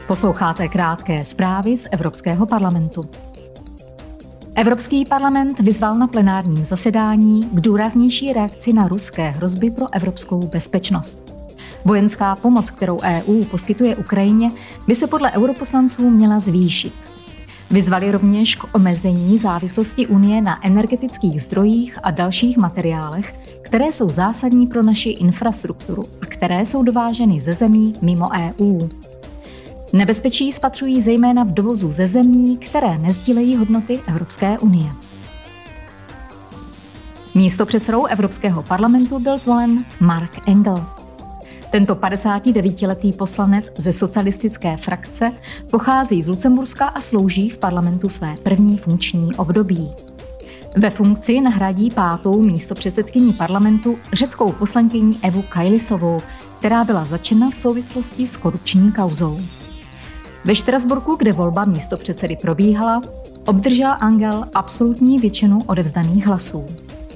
Posloucháte krátké zprávy z Evropského parlamentu. Evropský parlament vyzval na plenárním zasedání k důraznější reakci na ruské hrozby pro evropskou bezpečnost. Vojenská pomoc, kterou EU poskytuje Ukrajině, by se podle europoslanců měla zvýšit. Vyzvali rovněž k omezení závislosti Unie na energetických zdrojích a dalších materiálech, které jsou zásadní pro naši infrastrukturu a které jsou dováženy ze zemí mimo EU. Nebezpečí spatřují zejména v dovozu ze zemí, které nesdílejí hodnoty Evropské unie. Místopředsedou Evropského parlamentu byl zvolen Mark Engel. Tento 59letý poslanec ze socialistické frakce pochází z Lucemburska a slouží v parlamentu své první funkční období. Ve funkci nahradí 5. místopředsedkyni parlamentu řeckou poslankyni Evu Kailisovou, která byla zatčena v souvislosti s korupční kauzou. Ve Štrasburku, kde volba místopředsedy probíhala, obdržel Engel absolutní většinu odevzdaných hlasů.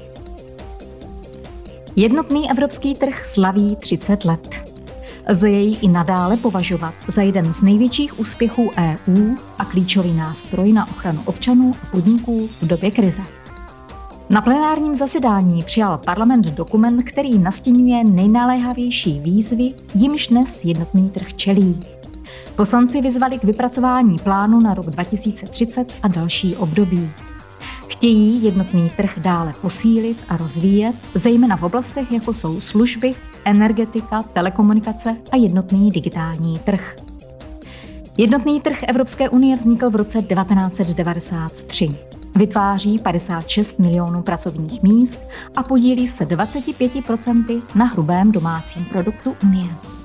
Jednotný evropský trh slaví 30 let. Lze jej i nadále považovat za jeden z největších úspěchů EU a klíčový nástroj na ochranu občanů a podniků v době krize. Na plenárním zasedání přijal parlament dokument, který nastěňuje nejnaléhavější výzvy, jimž dnes jednotný trh čelí. Poslanci vyzvali k vypracování plánu na rok 2030 a další období. Chtějí jednotný trh dále posílit a rozvíjet, zejména v oblastech, jako jsou služby, energetika, telekomunikace a jednotný digitální trh. Jednotný trh Evropské unie vznikl v roce 1993. Vytváří 56 milionů pracovních míst a podílí se 25% na hrubém domácím produktu Unie.